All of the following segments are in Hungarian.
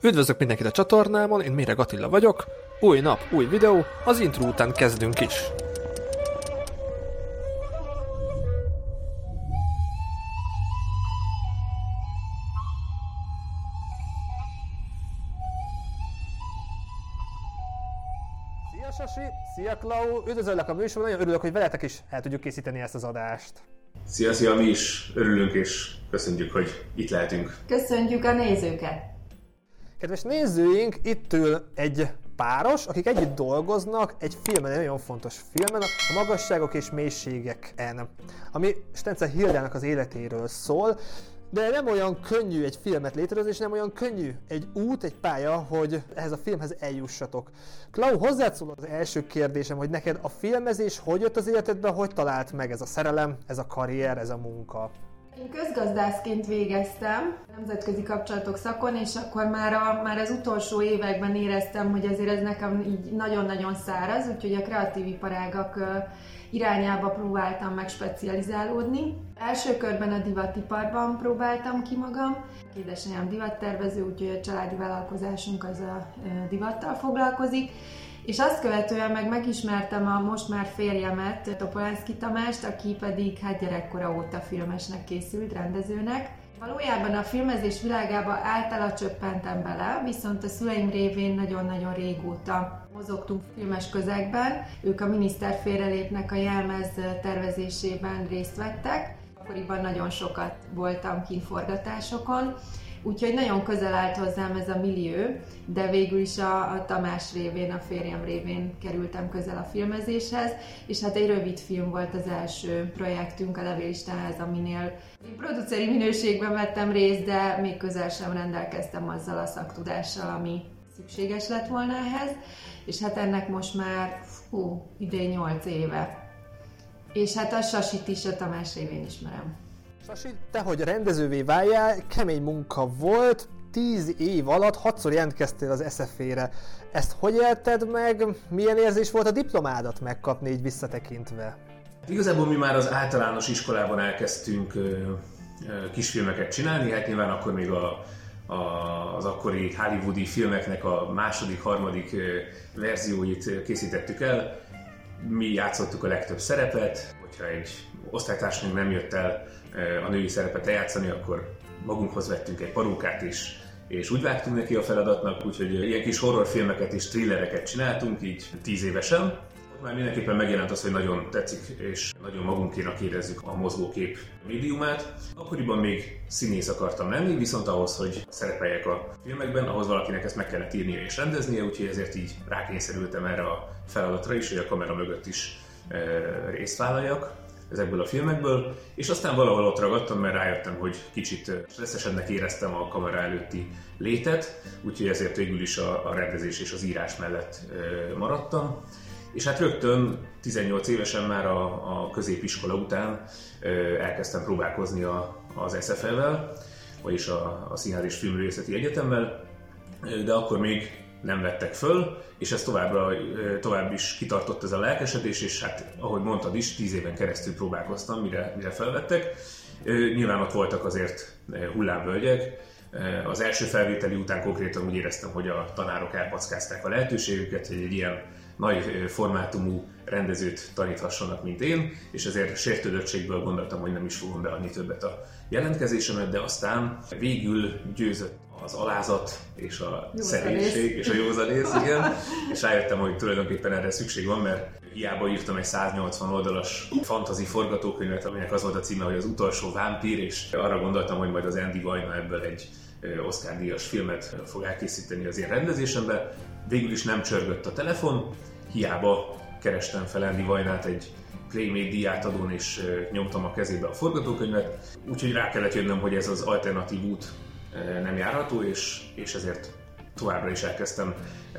Üdvözlök mindenkit a csatornámon, én Méreg Attila vagyok. Új nap, új videó, az intro után kezdünk is. Szia Sasi, szia Klau, üdvözöllek a műsorban, nagyon örülök, hogy veletek is el tudjuk készíteni ezt az adást. Szia, mi is örülünk és köszönjük, hogy itt lehetünk. Köszönjük a nézőket! Kedves nézőink, itt ül egy páros, akik együtt dolgoznak egy filmen, egy nagyon fontos filmen, a Magasságok és mélységeken, ami Stence Hildának az életéről szól, de nem olyan könnyű egy filmet létrehozni, és nem olyan könnyű egy út, egy pálya, hogy ehhez a filmhez eljussatok. Klau, hozzád szól az első kérdésem, hogy neked a filmezés hogy jött az életedbe, hogy talált meg ez a szerelem, ez a karrier, ez a munka? Én közgazdászként végeztem nemzetközi kapcsolatok szakon, és akkor már az utolsó években éreztem, hogy azért ez nekem így nagyon-nagyon száraz, úgyhogy a kreatív iparágak irányába próbáltam meg specializálódni. Első körben a divatiparban próbáltam ki magam. Édesanyám divattervező, úgyhogy a családi vállalkozásunk az a divattal foglalkozik. És azt követően megismertem a most már férjemet, Topolánszky Tamást, aki pedig gyerekkora óta filmesnek készült, rendezőnek. Valójában a filmezés világába általa csöppentem bele, viszont a szüleim révén nagyon-nagyon régóta mozogtunk filmes közegben. Ők a Miniszter félrelépnek a jelmez tervezésében részt vettek. Akkoriban nagyon sokat voltam kínforgatásokon. Úgyhogy nagyon közel állt hozzám ez a millió, de végül is a Tamás révén, a férjem révén kerültem közel a filmezéshez, és hát egy rövid film volt az első projektünk, a Levélistenház, aminél produceri minőségben vettem részt, de még közel sem rendelkeztem azzal a szaktudással, ami szükséges lett volna ehhez, és hát ennek most már idén 8 éve. És hát a Sasit is a Tamás révén ismerem. Sasi, te, hogy rendezővé váljál, kemény munka volt, 10 év alatt 6-szor jelentkeztél az SFE-re. Ezt hogy élted meg? Milyen érzés volt a diplomádat megkapni így visszatekintve? Igazából mi már az általános iskolában elkezdtünk kisfilmeket csinálni, hát nyilván akkor még az akkori hollywoodi filmeknek a második, harmadik verzióit készítettük el. Mi játszottuk a legtöbb szerepet, hogyha egy osztálytársunk nem jött el a női szerepet eljátszani, akkor magunkhoz vettünk egy parókát is, és úgy vágtunk neki a feladatnak, úgyhogy ilyen kis horrorfilmeket és thrillereket csináltunk, így 10 évesen. Ott már mindenképpen megjelent az, hogy nagyon tetszik, és nagyon magunkénak érezzük a mozgókép médiumát. Akkoriban még színész akartam lenni, viszont ahhoz, hogy szerepeljek a filmekben, ahhoz valakinek ezt meg kellett írnia és rendeznie, úgyhogy ezért így rákényszerültem erre a feladatra is, hogy a kamera mögött is részt vállaljak ezekből a filmekből, és aztán valahol ott ragadtam, mert rájöttem, hogy kicsit stresszesebbnek éreztem a kamera előtti létet, úgyhogy ezért végül is a rendezés és az írás mellett maradtam. És hát rögtön 18 évesen már a középiskola után elkezdtem próbálkozni az SFE-vel, vagyis a Színház és Filmművészeti Egyetemmel, de akkor még nem vettek föl, és ez tovább is kitartott ez a lelkesedés, és hát ahogy mondtad is, 10 éven keresztül próbálkoztam, mire felvettek. Nyilván ott voltak azért hullámvölgyek. Az első felvételi után konkrétan úgy éreztem, hogy a tanárok elpackázták a lehetőségüket, hogy egy ilyen nagy formátumú rendezőt taníthassanak, mint én, és ezért sértődöttségből gondoltam, hogy nem is fogom beadni többet a jelentkezésemet, de aztán végül győzött az alázat és a szerénység és a józanész, igen, és rájöttem, hogy tulajdonképpen erre szükség van, mert hiába írtam egy 180 oldalas fantasy forgatókönyvet, aminek az volt a címe, hogy Az utolsó vámpír, és arra gondoltam, hogy majd az Andy Vajna ebből egy Oscar-díjas filmet fog elkészíteni az én rendezésembe. Végül is nem csörgött a telefon, hiába kerestem fel Andy Vajnát egy Playmate díjátadón, és nyomtam a kezébe a forgatókönyvet, úgyhogy rá kellett jönnöm, hogy ez az alternatív út nem járható, és ezért továbbra is elkezdtem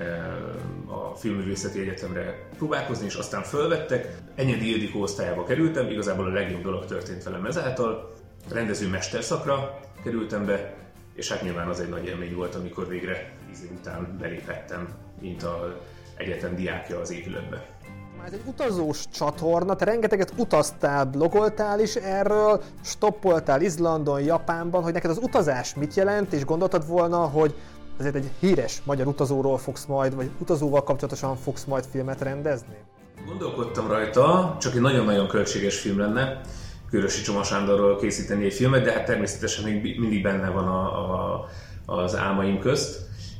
a Filmművészeti Egyetemre próbálkozni, és aztán fölvettek. Enyedi Ildikó osztályába kerültem, igazából a legjobb dolog történt velem ezáltal. Rendező mesterszakra kerültem be, és hát nyilván az egy nagy élmény volt, amikor végre 10 év után beléphettem, mint az egyetem diákja az épületbe. Ez egy utazós csatorna, te rengeteget utaztál, blogoltál is erről, stoppoltál Izlandon, Japánban, hogy neked az utazás mit jelent, és gondoltad volna, hogy azért egy híres magyar utazóról fogsz majd, vagy utazóval kapcsolatosan fogsz majd filmet rendezni? Gondolkodtam rajta, csak egy nagyon-nagyon költséges film lenne. Kőrösi Csoma Sándorról készíteni egy filmet, de hát természetesen még mindig benne van az álmaim közt.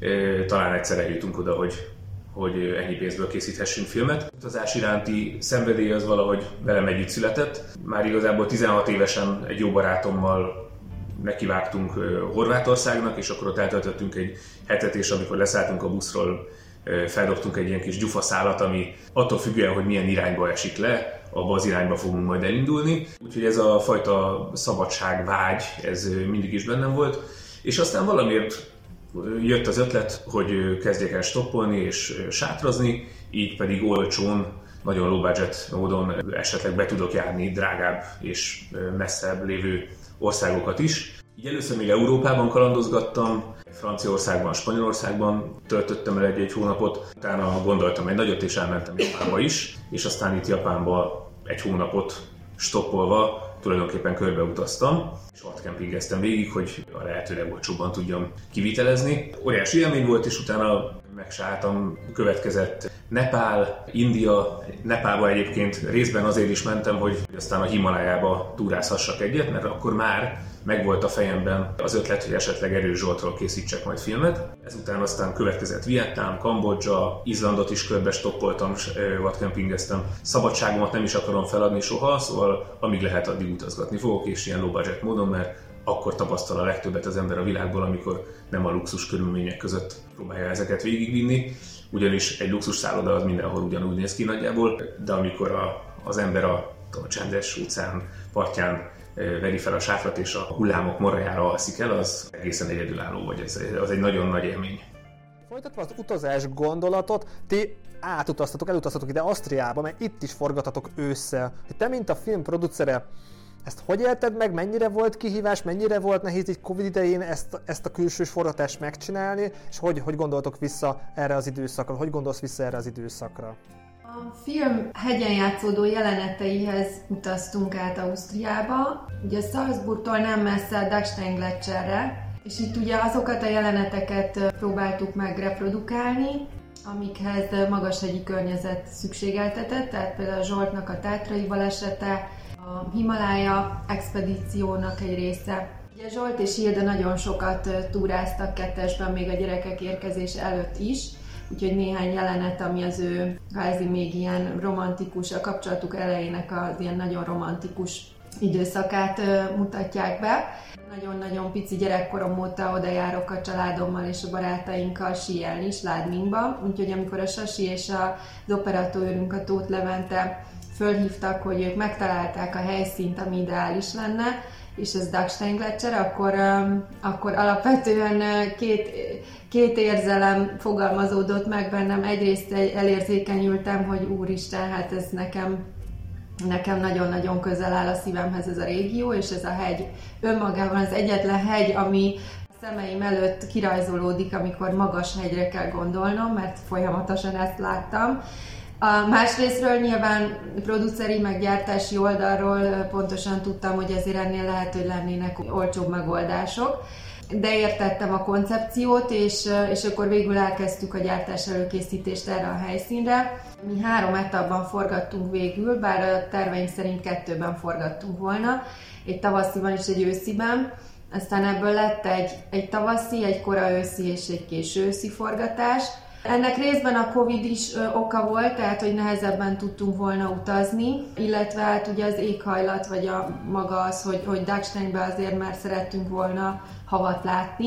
Talán egyszer eljutunk oda, hogy ennyi pénzből készíthessünk filmet. Az utazás iránti szenvedély az valahogy velem együtt született. Már igazából 16 évesen egy jó barátommal nekivágtunk Horvátországnak, és akkor ott eltöltöttünk egy hetet, és amikor leszálltunk a buszról, feldobtunk egy ilyen kis gyufaszálat, ami attól függően, hogy milyen irányba esik le, abba az irányba fogunk majd elindulni. Úgyhogy ez a fajta szabadságvágy, ez mindig is bennem volt. És aztán valamiért jött az ötlet, hogy kezdjek el stoppolni és sátrazni, így pedig olcsón, nagyon low budget módon esetleg be tudok járni drágább és messzebb lévő országokat is. Így először még Európában kalandozgattam, Franciaországban, Spanyolországban töltöttem el egy hónapot, utána gondoltam egy nagyot és elmentem Japánba is, és aztán itt Japánba egy hónapot stoppolva tulajdonképpen körbeutaztam, és ott kempingeztem végig, hogy a lehető legolcsóbban tudjam kivitelezni. Óriási élmény volt, és utána megsáltam, következett Nepál, India. Nepálba egyébként részben azért is mentem, hogy aztán a Himalájába túrázhassak egyet, mert akkor már megvolt a fejemben az ötlet, hogy esetleg Erős Zsoltról készítsek majd filmet. Ezután aztán következett Vietnám, Kambodzsa, Izlandot is körbe stoppoltam, vadkempingeztem. Szabadságomat nem is akarom feladni soha, szóval amíg lehet, addig utazgatni fogok, és ilyen low budget módon, mert akkor tapasztal a legtöbbet az ember a világból, amikor nem a luxus körülmények között próbálja ezeket végigvinni. Ugyanis egy luxus szálloda az mindenhol ugyanúgy néz ki nagyjából, de amikor az ember a csendes óceán partján veri fel a sátrat és a hullámok morajára alszik el, az egészen egyedülálló, vagy az egy nagyon nagy élmény. Folytatva az utazás gondolatot, ti elutaztatok ide Ausztriába, mert itt is forgatatok ősszel. Te, mint a film producere, ezt hogy élted meg, mennyire volt kihívás, mennyire volt nehéz így Covid idején ezt a külsős forgatást megcsinálni, és hogy gondoltok vissza erre az időszakra, hogy gondolsz vissza erre az időszakra? A film hegyen játszódó jeleneteihez utaztunk át Ausztriába, ugye Salzburgtól nem messze a Dachstein-gleccserre, és itt ugye azokat a jeleneteket próbáltuk meg reprodukálni, amikhez magashegyi környezet szükségeltetett, tehát például Zsoltnak a tátrai balesete, a Himalája expedíciónak egy része. Ugye Zsolt és Hilda nagyon sokat túráztak kettesben, még a gyerekek érkezése előtt is, úgyhogy néhány jelenet, ami az ő kvázi még ilyen romantikus, a kapcsolatuk elejének az ilyen nagyon romantikus időszakát mutatják be. Nagyon-nagyon pici gyerekkorom óta oda járok a családommal és a barátainkkal síelni Sládmingba, úgyhogy amikor a Sasi és az operatőrünk, a Tóth Levente fölhívtak, hogy ők megtalálták a helyszínt, ami ideális lenne, és ez Dachstein-gleccser, akkor alapvetően két érzelem fogalmazódott meg bennem. Egyrészt elérzékenyültem, hogy úristen, hát ez nekem nagyon-nagyon közel áll a szívemhez ez a régió, és ez a hegy önmagában az egyetlen hegy, ami a szemeim előtt kirajzolódik, amikor magas hegyre kell gondolnom, mert folyamatosan ezt láttam. A másrésztről nyilván produceri meg gyártási oldalról pontosan tudtam, hogy ezért ennél lehet, hogy lennének olcsóbb megoldások, de értettem a koncepciót, és akkor végül elkezdtük a gyártás előkészítést erre a helyszínre. Mi 3 etapban forgattunk végül, bár a terveink szerint 2-ben forgattunk volna, egy tavasziban és egy ősziben. Aztán ebből lett egy tavaszi, egy kora őszi és egy késő őszi forgatás. Ennek részben a Covid is oka volt, tehát hogy nehezebben tudtunk volna utazni, illetve hát ugye az éghajlat, vagy maga az, hogy Dachsteinbe azért már szerettünk volna havat látni,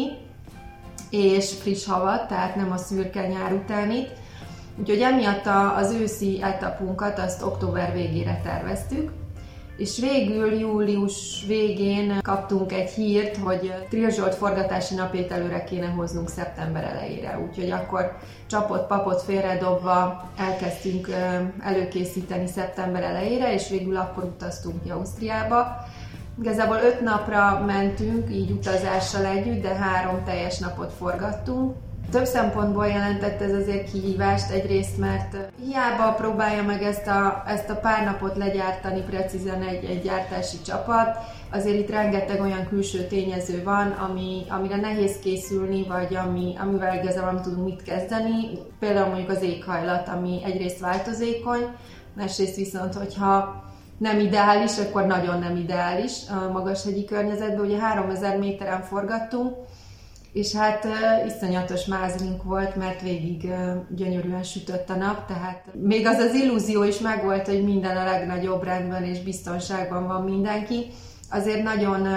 és friss havat, tehát nem a szürke nyár utánit. Úgyhogy emiatt az őszi etapunkat azt október végére terveztük, és végül július végén kaptunk egy hírt, hogy Trill Zsolt forgatási napét előre kéne hoznunk szeptember elejére. Úgyhogy akkor csapot-papot félredobva elkezdtünk előkészíteni szeptember elejére, és végül akkor utaztunk ki Ausztriába. Igazából 5 napra mentünk, így utazással együtt, de 3 teljes napot forgattunk. Több szempontból jelentett ez azért kihívást, egyrészt, mert hiába próbálja meg ezt a pár napot legyártani precízen egy gyártási csapat, azért itt rengeteg olyan külső tényező van, amire nehéz készülni, vagy amivel igazából nem tudunk mit kezdeni. Például mondjuk az éghajlat, ami egyrészt változékony, másrészt viszont, hogyha nem ideális, akkor nagyon nem ideális a magashegyi környezetben. Ugye 3000 méteren forgattunk, és hát iszonyatos mázlink volt, mert végig gyönyörűen sütött a nap, tehát még az illúzió is megvolt, hogy minden a legnagyobb rendben és biztonságban van mindenki. Azért nagyon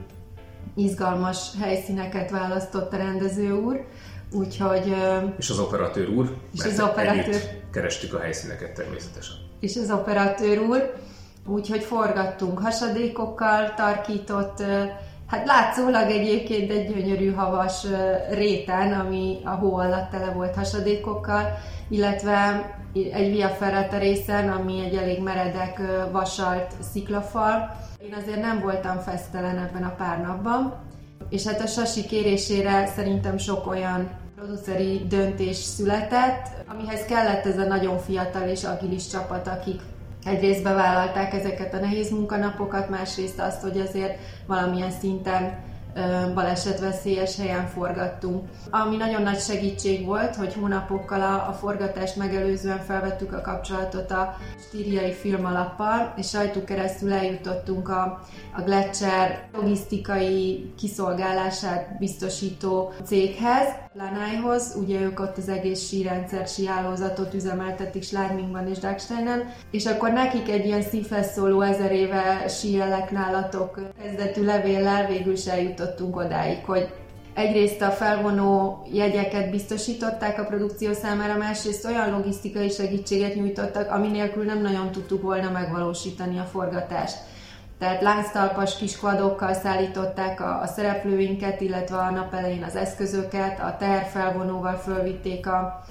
izgalmas helyszíneket választott a rendező úr, úgyhogy... És az operatőr úr, együtt kerestük a helyszíneket természetesen. És az operatőr úr, úgyhogy forgattunk hasadékokkal tarkított, hát látszólag egyébként egy gyönyörű havas réten, ami a hó alatt tele volt hasadékokkal, illetve egy Via Ferrata részen, ami egy elég meredek vasalt sziklafal. Én azért nem voltam fesztelen ebben a pár napban, és hát a Sasi kérésére szerintem sok olyan produceri döntés született, amihez kellett ez a nagyon fiatal és agilis csapat, akik egyrészt bevállalták ezeket a nehéz munkanapokat, másrészt azt, hogy azért valamilyen szinten balesetveszélyes helyen forgattunk. Ami nagyon nagy segítség volt, hogy hónapokkal a forgatást megelőzően felvettük a kapcsolatot a stíriai filmalappal, és rajtuk keresztül eljutottunk a Gletscher logisztikai kiszolgálását biztosító céghez, Lanájhoz, ugye ők ott az egész sírendszer, síhálózatot üzemeltetik Schladmingban és Dachsteinen, és akkor nekik egy ilyen szívhez szóló 1000 éve síelek nálatok kezdetű levéllel végül is eljutottunk odáig, hogy egyrészt a felvonó jegyeket biztosították a produkció számára, másrészt olyan logisztikai segítséget nyújtottak, ami nélkül nem nagyon tudtuk volna megvalósítani a forgatást. Tehát lánctalpas kis quadokkal szállították a szereplőinket, illetve a nap elején az eszközöket, a teherfelvonóval fölvitték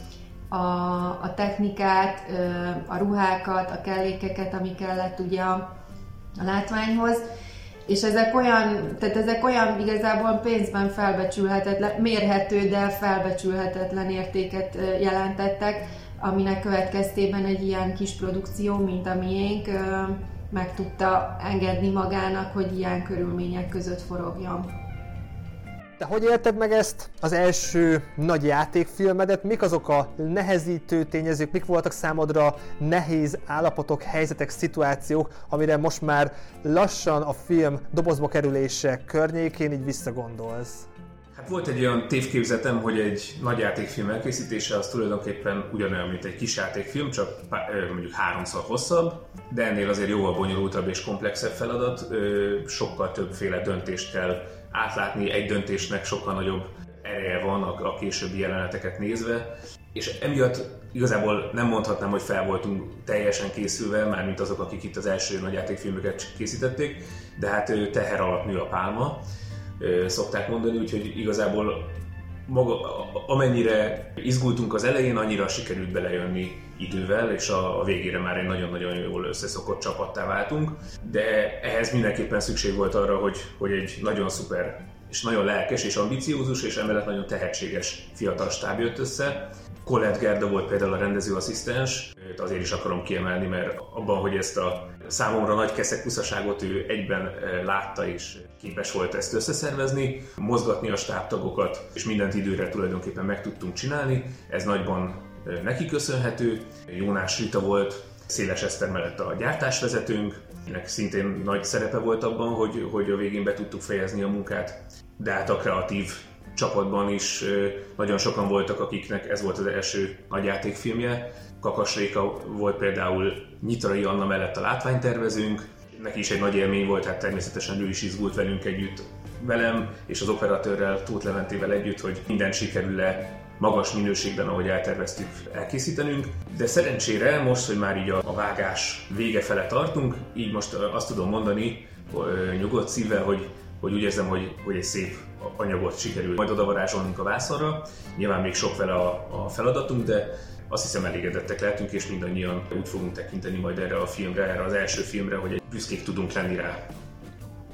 a technikát, a ruhákat, a kellékeket, ami kellett ugye a látványhoz. És ezek olyan igazából pénzben felbecsülhetetlen, mérhető, de felbecsülhetetlen értéket jelentettek, aminek következtében egy ilyen kis produkció, mint a miénk, meg tudta engedni magának, hogy ilyen körülmények között forogjon. Te hogy élted meg ezt az első nagy játékfilmedet? Mik azok a nehezítő tényezők, mik voltak számodra nehéz állapotok, helyzetek, szituációk, amire most már lassan a film dobozba kerülése környékén így visszagondolsz? Hát volt egy olyan tévképzetem, hogy egy nagy játékfilm elkészítése az tulajdonképpen ugyanolyan, mint egy kis játékfilm, csak mondjuk 3-szor hosszabb, de ennél azért jóval bonyolultabb és komplexebb feladat, sokkal többféle döntést kell átlátni, egy döntésnek sokkal nagyobb ereje van a későbbi jeleneteket nézve, és emiatt igazából nem mondhatnám, hogy fel voltunk teljesen készülve, mármint azok, akik itt az első nagy játékfilmeket készítették, de hát teher alatt nő a pálma, szokták mondani, úgyhogy igazából maga, amennyire izgultunk az elején, annyira sikerült belejönni idővel, és a végére már egy nagyon-nagyon jól összeszokott csapattá váltunk, de ehhez mindenképpen szükség volt arra, hogy egy nagyon szuper és nagyon lelkes és ambiciózus, és emellett nagyon tehetséges fiatal stáb jött össze. Colette Gerda volt például a rendezőasszisztens, őt azért is akarom kiemelni, mert abban, hogy ezt a számomra nagy keszekpuszaságot ő egyben látta és képes volt ezt összeszervezni, mozgatni a stábtagokat, és mindent időre tulajdonképpen meg tudtunk csinálni. Ez nagyban neki köszönhető. Jónás Rita volt Széles Eszter mellett a gyártásvezetőnk, ennek szintén nagy szerepe volt abban, hogy a végén be tudtuk fejezni a munkát, de hát a kreatív csapatban is nagyon sokan voltak, akiknek ez volt az első nagy játékfilmje. Kakas Réka volt például Nyitrai Anna mellett a látványtervezőnk, neki is egy nagy élmény volt, hát természetesen ő is izgult velünk együtt, velem és az operatőrrel, Tóth Leventével együtt, hogy mindent sikerül-e magas minőségben, ahogy elterveztük, elkészítenünk. De szerencsére most, hogy már így a vágás vége fele tartunk, így most azt tudom mondani nyugodt szívvel, hogy úgy érzem, hogy egy szép anyagot sikerül majd odavarázsolnunk a vászonra. Nyilván még sok vele a feladatunk, de azt hiszem elégedettek lehetünk, és mindannyian úgy fogunk tekinteni majd erre a filmre, erre az első filmre, hogy egy büszkék tudunk lenni rá.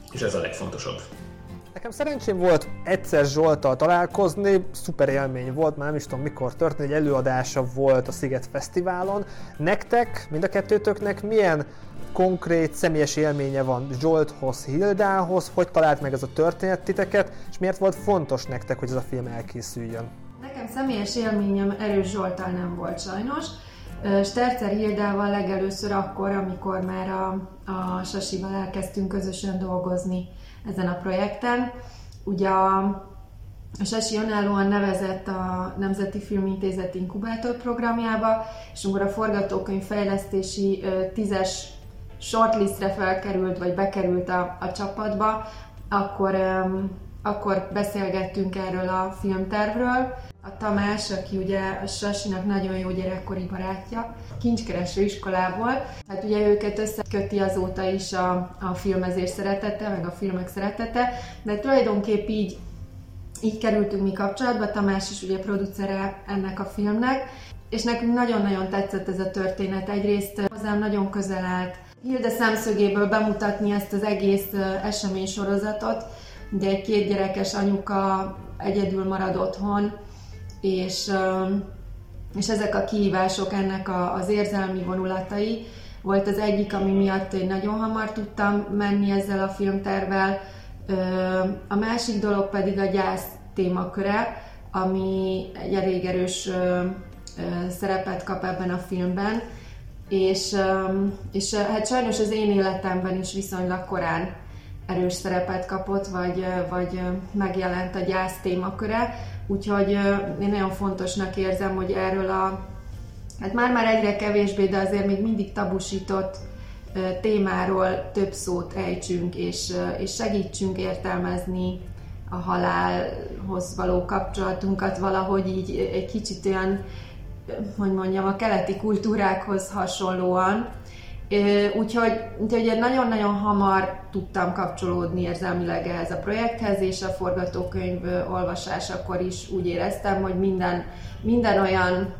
és ez a legfontosabb. Nekem szerencsém volt egyszer Zsolttal találkozni, szuper élmény volt, már nem is tudom mikor történt, egy előadása volt a Sziget Fesztiválon. Nektek, mind a kettőtöknek milyen konkrét, személyes élménye van Zsolthoz, Hildához, hogy talált meg ez a történet titeket, és miért volt fontos nektek, hogy ez a film elkészüljön? Nekem személyes élményem Erős Zsolttal nem volt sajnos. Sterzer Hildával legelőször akkor, amikor már a Sasival elkezdtünk közösen dolgozni ezen a projekten. Ugye a Sasi önállóan nevezett a Nemzeti Filmintézet inkubátor programjába, és amikor a forgatókönyv fejlesztési 10-es shortlistre felkerült, vagy bekerült a csapatba, akkor beszélgettünk erről a filmtervről. A Tamás, aki ugye a Sasinak nagyon jó gyerekkori barátja, kincskereső iskolából, hát ugye őket összeköti azóta is a filmezés szeretete, meg a filmek szeretete, de tulajdonképp így kerültünk mi kapcsolatba, Tamás is ugye producere ennek a filmnek, és nekünk nagyon-nagyon tetszett ez a történet. Egyrészt hozzám nagyon közel állt Hilda szemszögéből bemutatni ezt az egész eseménysorozatot. Ugye egy 2 gyerekes anyuka egyedül marad otthon, és ezek a kihívások, ennek az érzelmi vonulatai volt az egyik, ami miatt én nagyon hamar tudtam menni ezzel a filmtervvel. A másik dolog pedig a gyász témaköre, ami egy elég erős szerepet kap ebben a filmben, és hát sajnos az én életemben is viszonylag korán erős szerepet kapott, vagy megjelent a gyász témaköre, úgyhogy én nagyon fontosnak érzem, hogy erről hát már egyre kevésbé, de azért még mindig tabusított témáról több szót ejtsünk, és segítsünk értelmezni a halálhoz való kapcsolatunkat valahogy így egy kicsit olyan, hogy mondjam, a keleti kultúrákhoz hasonlóan. Úgyhogy nagyon-nagyon hamar tudtam kapcsolódni érzelmileg ehhez a projekthez, és a forgatókönyv olvasásakor is úgy éreztem, hogy minden olyan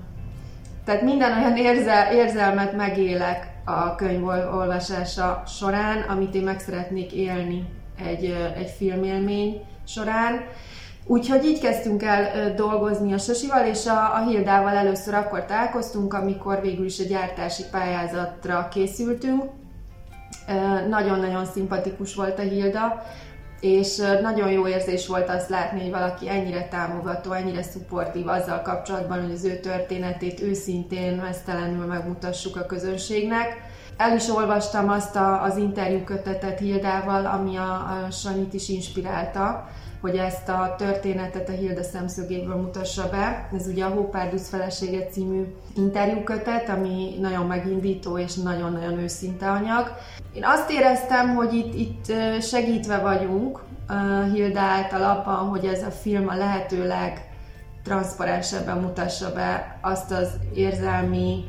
érzelmet megélek a könyv olvasása során, amit én meg szeretnék élni egy filmélmény során. Úgyhogy így kezdtünk el dolgozni a Sasival, és a Hildával először akkor találkoztunk, amikor végül is a gyártási pályázatra készültünk. Nagyon-nagyon szimpatikus volt a Hilda, és nagyon jó érzés volt azt látni, hogy valaki ennyire támogató, ennyire szupportív azzal kapcsolatban, hogy az ő történetét őszintén, meztelenül megmutassuk a közönségnek. El is olvastam azt az interjúkötetet Hildával, ami a Sanyit is inspirálta, hogy ezt a történetet a Hilda szemszögéből mutassa be. Ez ugye a Hópárduc felesége című interjúkötet, ami nagyon megindító és nagyon-nagyon őszinte anyag. Én azt éreztem, hogy itt segítve vagyunk Hilda által abban, hogy ez a film a lehető legtranszparensebben mutassa be azt az érzelmi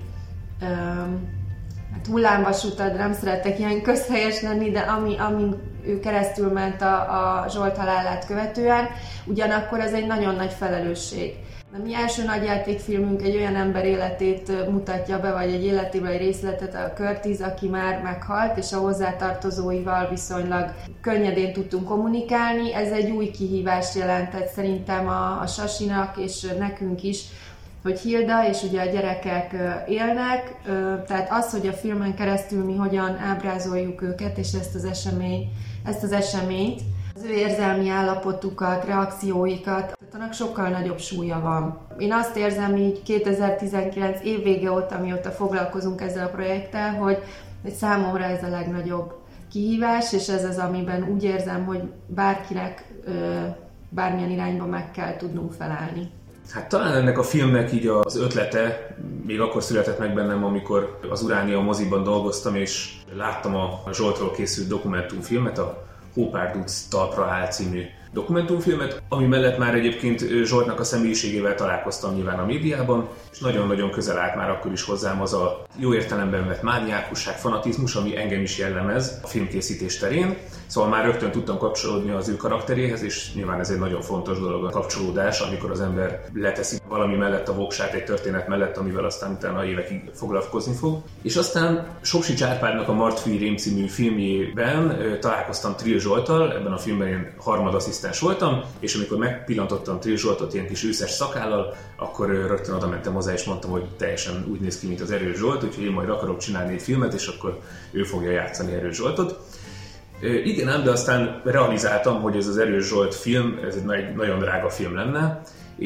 hullámvasutat, nem szeretek ilyen közhelyes lenni, de amin ő keresztül ment a Zsolt halálát követően, ugyanakkor ez egy nagyon nagy felelősség. A mi első nagyjátékfilmünk egy olyan ember életét mutatja be, vagy egy életében egy részletet, a Curtis, aki már meghalt, és a hozzátartozóival viszonylag könnyedén tudtunk kommunikálni. Ez egy új kihívást jelentett szerintem a Sasinak és nekünk is, hogy Hilda és ugye a gyerekek élnek, tehát az, hogy a filmen keresztül mi hogyan ábrázoljuk őket, és ezt az eseményt, az ő érzelmi állapotukat, reakcióikat, tehát annak sokkal nagyobb súlya van. Én azt érzem így 2019 évvége óta, amióta foglalkozunk ezzel a projekttel, hogy számomra ez a legnagyobb kihívás, és ez az, amiben úgy érzem, hogy bárkinek bármilyen irányba meg kell tudnunk felállni. Hát talán ennek a filmnek így az ötlete még akkor született meg bennem, amikor az Uránia moziban dolgoztam, és láttam a Zsoltról készült dokumentumfilmet, a Hópárduc talpra áll című dokumentumfilmet, ami mellett már egyébként Zsoltnak a személyiségével találkoztam nyilván a médiában, és nagyon-nagyon közel állt már akkor is hozzám az a jó értelemben vett mániákusság, fanatizmus, ami engem is jellemez a filmkészítés terén. Szóval már rögtön tudtam kapcsolódni az ő karakteréhez, és nyilván ez egy nagyon fontos dolog a kapcsolódás, amikor az ember leteszi valami mellett a voksát egy történet mellett, amivel aztán utána évekig foglalkozni fog. És aztán Sopsics Árpádnak a Martfui Rém című filmjében találkoztam Trill Zsolttal, ebben a filmben én harmadasszisztens voltam, és amikor megpillantottam Trill Zsoltot ilyen kis őszes szakállal, akkor rögtön oda mentem hozzá, és mondtam, hogy teljesen úgy néz ki, mint az Erős Zsolt, úgyhogy én majd akarok csinálni egy filmet, és akkor ő fogja játszani Erős Zsoltot. Igen ám, de aztán realizáltam, hogy ez az Erős Zsolt film, ez egy nagyon drága film lenne,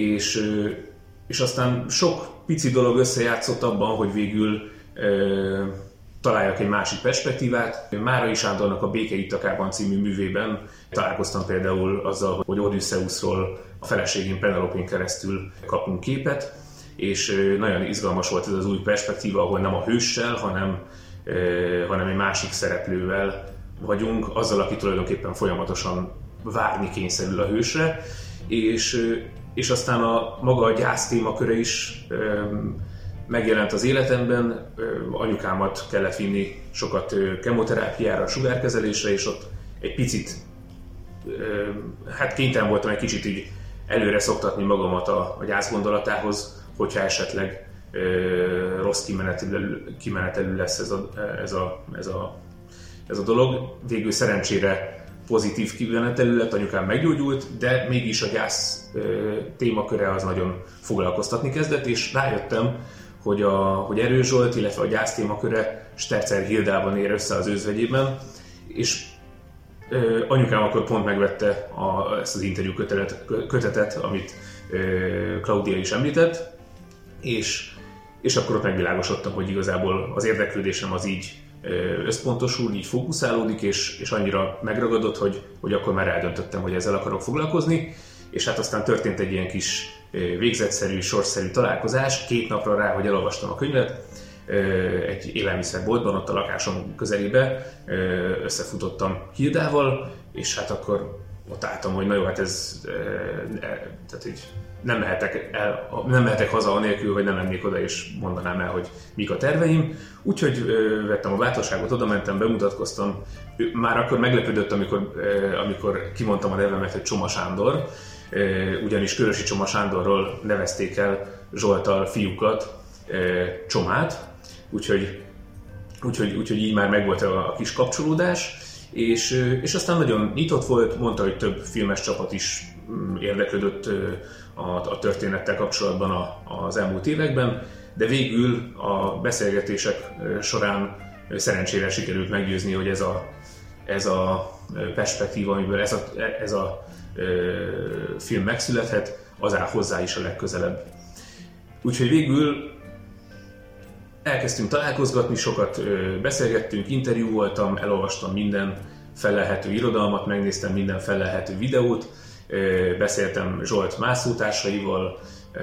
és aztán sok pici dolog összejátszott abban, hogy végül találjak egy másik perspektívát. Márai Sándornak a Béke Ittakában című művében találkoztam például azzal, hogy Odüsszeuszról a feleségén Penelopén keresztül kapunk képet, és nagyon izgalmas volt ez az új perspektíva, ahol nem a hőssel, hanem egy másik szereplővel vagyunk, azzal, aki tulajdonképpen folyamatosan várni kényszerül a hősre, és aztán maga a gyász témaköre is megjelent az életemben. Anyukámat kellett vinni sokat kemoterápiára, sugárkezelésre, és ott egy picit, kénytelen voltam egy kicsit így előre szoktatni magamat a gyász gondolatához, hogyha esetleg rossz kimenetelű lesz ez a dolog. Végül szerencsére pozitív kimenetelű lett, anyukám meggyógyult, de mégis a gyász témaköre az nagyon foglalkoztatni kezdett, és rájöttem, hogy Erős Zsolt, illetve a gyász témaköre Sterzer Hildában ér össze az Őzvegyében, és anyukám akkor pont megvette ezt az interjú kötetet, amit Claudia is említett, és akkor ott megvilágosodtam, hogy igazából az érdeklődésem az így összpontosul, így fókuszálódik, és annyira megragadott, hogy akkor már eldöntöttem, hogy ezzel akarok foglalkozni, és hát aztán történt egy ilyen kis végzetszerű, sorsszerű találkozás, 2 napra rá, hogy elolvastam a könyvet, egy élelmiszerboltban, ott a lakásom közelébe összefutottam Hildával, és hát akkor ott álltam, hogy na jó, hát tehát így nem mehetek haza anélkül, hogy nem mennék oda és mondanám el, hogy mik a terveim. Úgyhogy vettem a bátorságot, oda mentem, bemutatkoztam. Már akkor meglepődött, amikor kimondtam a nevemet, hogy Csoma Sándor, ugyanis Körösi Csoma Sándorról nevezték el Zsolttal fiúkat, Csomát, úgyhogy így már megvolt a kis kapcsolódás, és aztán nagyon nyitott volt, mondta, hogy több filmes csapat is érdeklődött a történettel kapcsolatban az elmúlt években, de végül a beszélgetések során szerencsére sikerült meggyőzni, hogy ez a perspektíva, amiből ez a film megszülethet, az áll hozzá is a legközelebb. Úgyhogy végül elkezdtünk találkozgatni, sokat beszélgettünk, interjú voltam, elolvastam minden fellelhető irodalmat, megnéztem minden fellelhető videót, beszéltem Zsolt mászótársaival,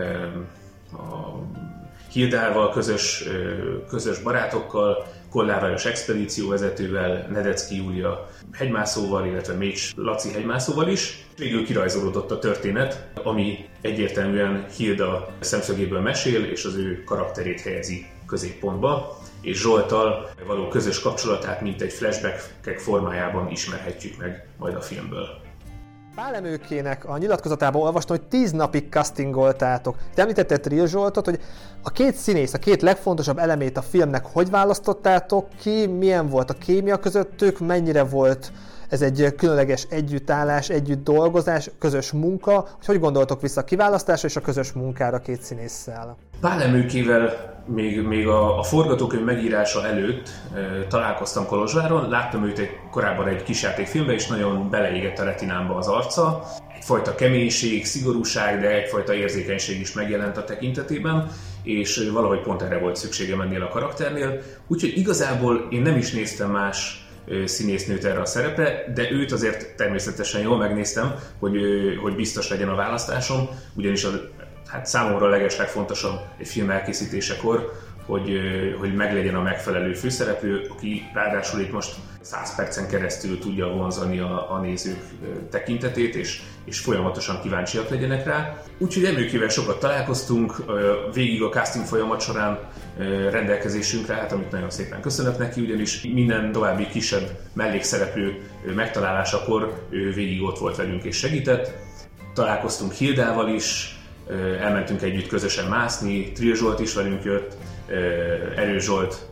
a Hildával, közös barátokkal, Kollár Lajos expedícióvezetővel, Nedecki Júlia hegymászóval, illetve Mécs Laci hegymászóval is. Végül kirajzolódott a történet, ami egyértelműen Hilda szemszögéből mesél, és az ő karakterét helyezi középpontba, és Zsolttal való közös kapcsolatát, mint egy flashback formájában ismerhetjük meg majd a filmből. Pál Emőkének a nyilatkozatában olvastam, hogy 10 napig castingoltátok. Te említetted Trill Zsoltot, hogy a 2 színész, a 2 legfontosabb elemét a filmnek hogy választottátok ki, milyen volt a kémia közöttük, mennyire volt ez egy különleges együttállás, együtt dolgozás, közös munka, hogy gondoltok vissza a kiválasztásra és a közös munkára 2 színésszel? Pál Emőkével még a forgatókönyv megírása előtt találkoztam Kolozsváron, láttam őt korábban egy kisjátékfilmben, és nagyon beleégett a retinámba az arca. Egyfajta keménység, szigorúság, de egyfajta érzékenység is megjelent a tekintetében, és valahogy pont erre volt szükségem ennél a karakternél. Úgyhogy igazából én nem is néztem más színésznőt erre a szerepre, de őt azért természetesen jól megnéztem, hogy biztos legyen a választásom, ugyanis számomra a legeslegfontosabb egy film elkészítésekor, hogy meglegyen a megfelelő főszereplő, aki ráadásul itt most 100 percen keresztül tudja vonzani a nézők tekintetét, és folyamatosan kíváncsiak legyenek rá. Úgyhogy Emőkével sokat találkoztunk, végig a casting folyamat során rendelkezésünkre, hát amit nagyon szépen köszönök neki, ugyanis minden további kisebb mellékszereplő megtalálásakor ő végig ott volt velünk és segített. Találkoztunk Hildával is, elmentünk együtt közösen mászni, Trill Zsolt is velünk jött, Erős Zsolt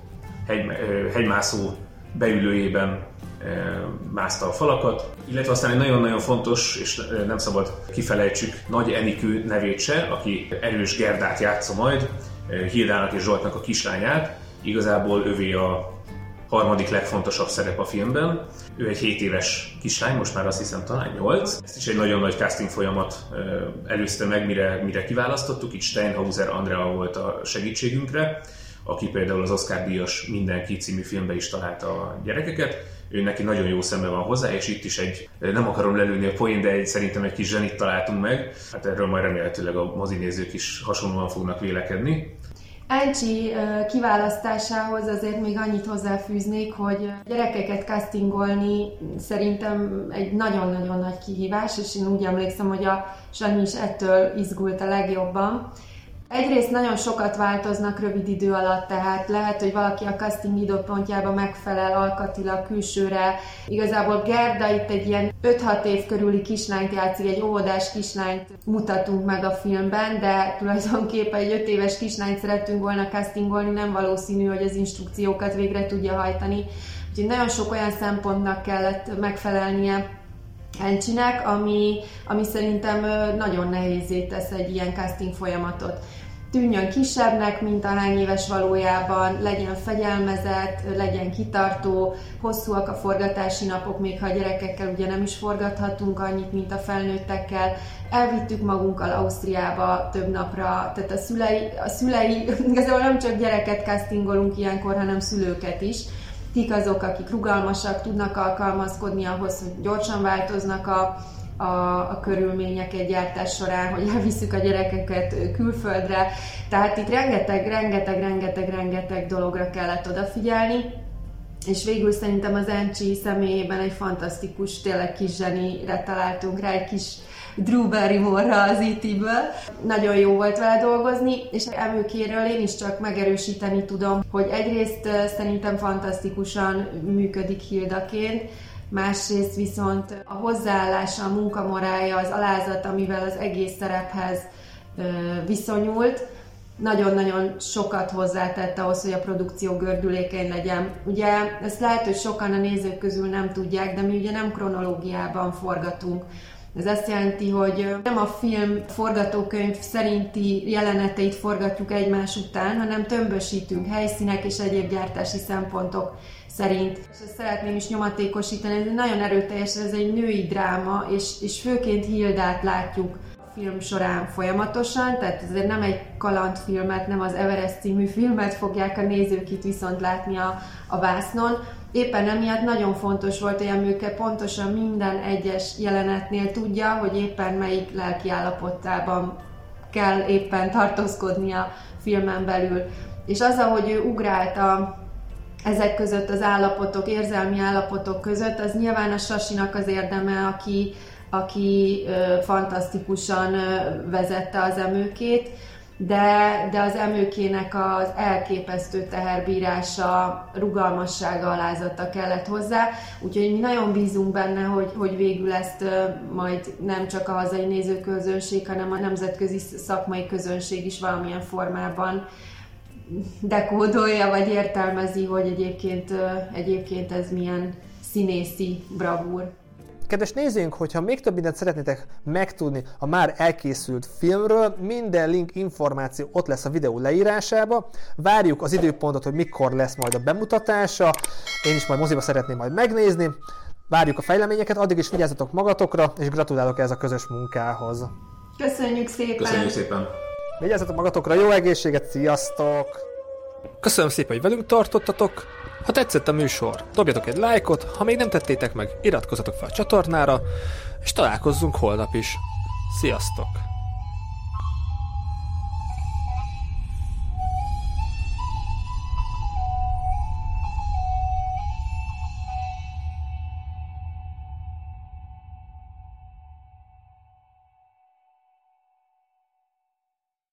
hegymászó beülőjében mászta a falakat, illetve aztán egy nagyon-nagyon fontos, és nem szabad kifelejtsük, Nagy Enikő nevét se, aki Erős Gerdát játsza majd, Hildának és Zsoltnak a kislányát, igazából övé a harmadik legfontosabb szerep a filmben. Ő egy 7 éves kislány, most már azt hiszem talán 8. Ezt is egy nagyon nagy casting folyamat előzte meg, mire kiválasztottuk. Itt Steinhauser Andrea volt a segítségünkre, aki például az Oscar-díjas Mindenki című filmben is találta a gyerekeket. Ő neki nagyon jó szembe van hozzá, és itt is nem akarom lelőni a poén, de szerintem egy kis zsenit találtunk meg. Hát erről majd remélhetőleg a mozinézők is hasonlóan fognak vélekedni. Encsi kiválasztásához azért még annyit hozzáfűznék, hogy gyerekeket castingolni szerintem egy nagyon-nagyon nagy kihívás, és én úgy emlékszem, hogy a Sanyi is ettől izgult a legjobban. Egyrészt nagyon sokat változnak rövid idő alatt, tehát lehet, hogy valaki a casting időpontjában megfelel alkatilag, külsőre. Igazából Gerda itt egy ilyen 5-6 év körüli kislányt játszik, egy óvodás kislányt mutatunk meg a filmben, de tulajdonképpen egy 5 éves kislányt szerettünk volna castingolni, nem valószínű, hogy az instrukciókat végre tudja hajtani. Úgyhogy nagyon sok olyan szempontnak kellett megfelelnie Encsinek, ami szerintem nagyon nehézzé tesz egy ilyen casting folyamatot. Tűnjön kisebbnek, mint ahány éves valójában, legyen fegyelmezett, legyen kitartó, hosszúak a forgatási napok, még ha a gyerekekkel ugye nem is forgathatunk annyit, mint a felnőttekkel. Elvittük magunkkal Ausztriába több napra, tehát a szülei igazából nem csak gyereket castingolunk ilyenkor, hanem szülőket is. Kik azok, akik rugalmasak, tudnak alkalmazkodni ahhoz, hogy gyorsan változnak a körülmények egy gyártás során, hogy elviszük a gyerekeket külföldre. Tehát itt rengeteg dologra kellett odafigyelni, és végül szerintem az Encsi személyében egy fantasztikus, tényleg kis zsenire találtunk rá, egy kis Drew Barrymore-ra az E.T.-ből. Nagyon jó volt vele dolgozni, és Emőkéről én is csak megerősíteni tudom, hogy egyrészt szerintem fantasztikusan működik Hildaként, másrészt viszont a hozzáállása, a munkamorálja, az alázat, amivel az egész szerephez viszonyult, nagyon-nagyon sokat hozzátett ahhoz, hogy a produkció gördülékeny legyen. Ugye ezt lehet, hogy sokan a nézők közül nem tudják, de mi ugye nem kronológiában forgatunk. Ez azt jelenti, hogy nem a film forgatókönyv szerinti jeleneteit forgatjuk egymás után, hanem tömbösítünk helyszínek és egyéb gyártási szempontok szerint. És ezt szeretném is nyomatékosítani, ez nagyon erőteljes, ez egy női dráma, és főként Hildát látjuk a film során folyamatosan, tehát ez nem egy kalandfilmet, nem az Everest című filmet fogják a nézők itt viszont látni a vásznon. Éppen emiatt nagyon fontos volt, hogy Emőke pontosan minden egyes jelenetnél tudja, hogy éppen melyik lelkiállapotában kell éppen tartózkodni a filmen belül. És az, ahogy ő ugrált ezek között az állapotok, érzelmi állapotok között, az nyilván a Sasinak az érdeme, aki fantasztikusan vezette az Emőkét, de az Emőkének az elképesztő teherbírása, rugalmassága, alázata kellett hozzá. Úgyhogy mi nagyon bízunk benne, hogy végül ezt majd nem csak a hazai nézőközönség, hanem a nemzetközi szakmai közönség is valamilyen formában dekódolja, vagy értelmezi, hogy egyébként ez milyen színészi bravúr. Kedves nézőink, hogyha még több mindent szeretnétek megtudni a már elkészült filmről, minden link, információ ott lesz a videó leírásában. Várjuk az időpontot, hogy mikor lesz majd a bemutatása. Én is majd moziba szeretném majd megnézni. Várjuk a fejleményeket, addig is vigyázzatok magatokra, és gratulálok ehhez a közös munkához. Köszönjük szépen! Köszönjük szépen! Vigyázzatok magatokra, jó egészséget, sziasztok! Köszönöm szépen, hogy velünk tartottatok. Ha tetszett a műsor, dobjatok egy lájkot, ha még nem tettétek meg, iratkozzatok fel a csatornára, és találkozzunk holnap is. Sziasztok!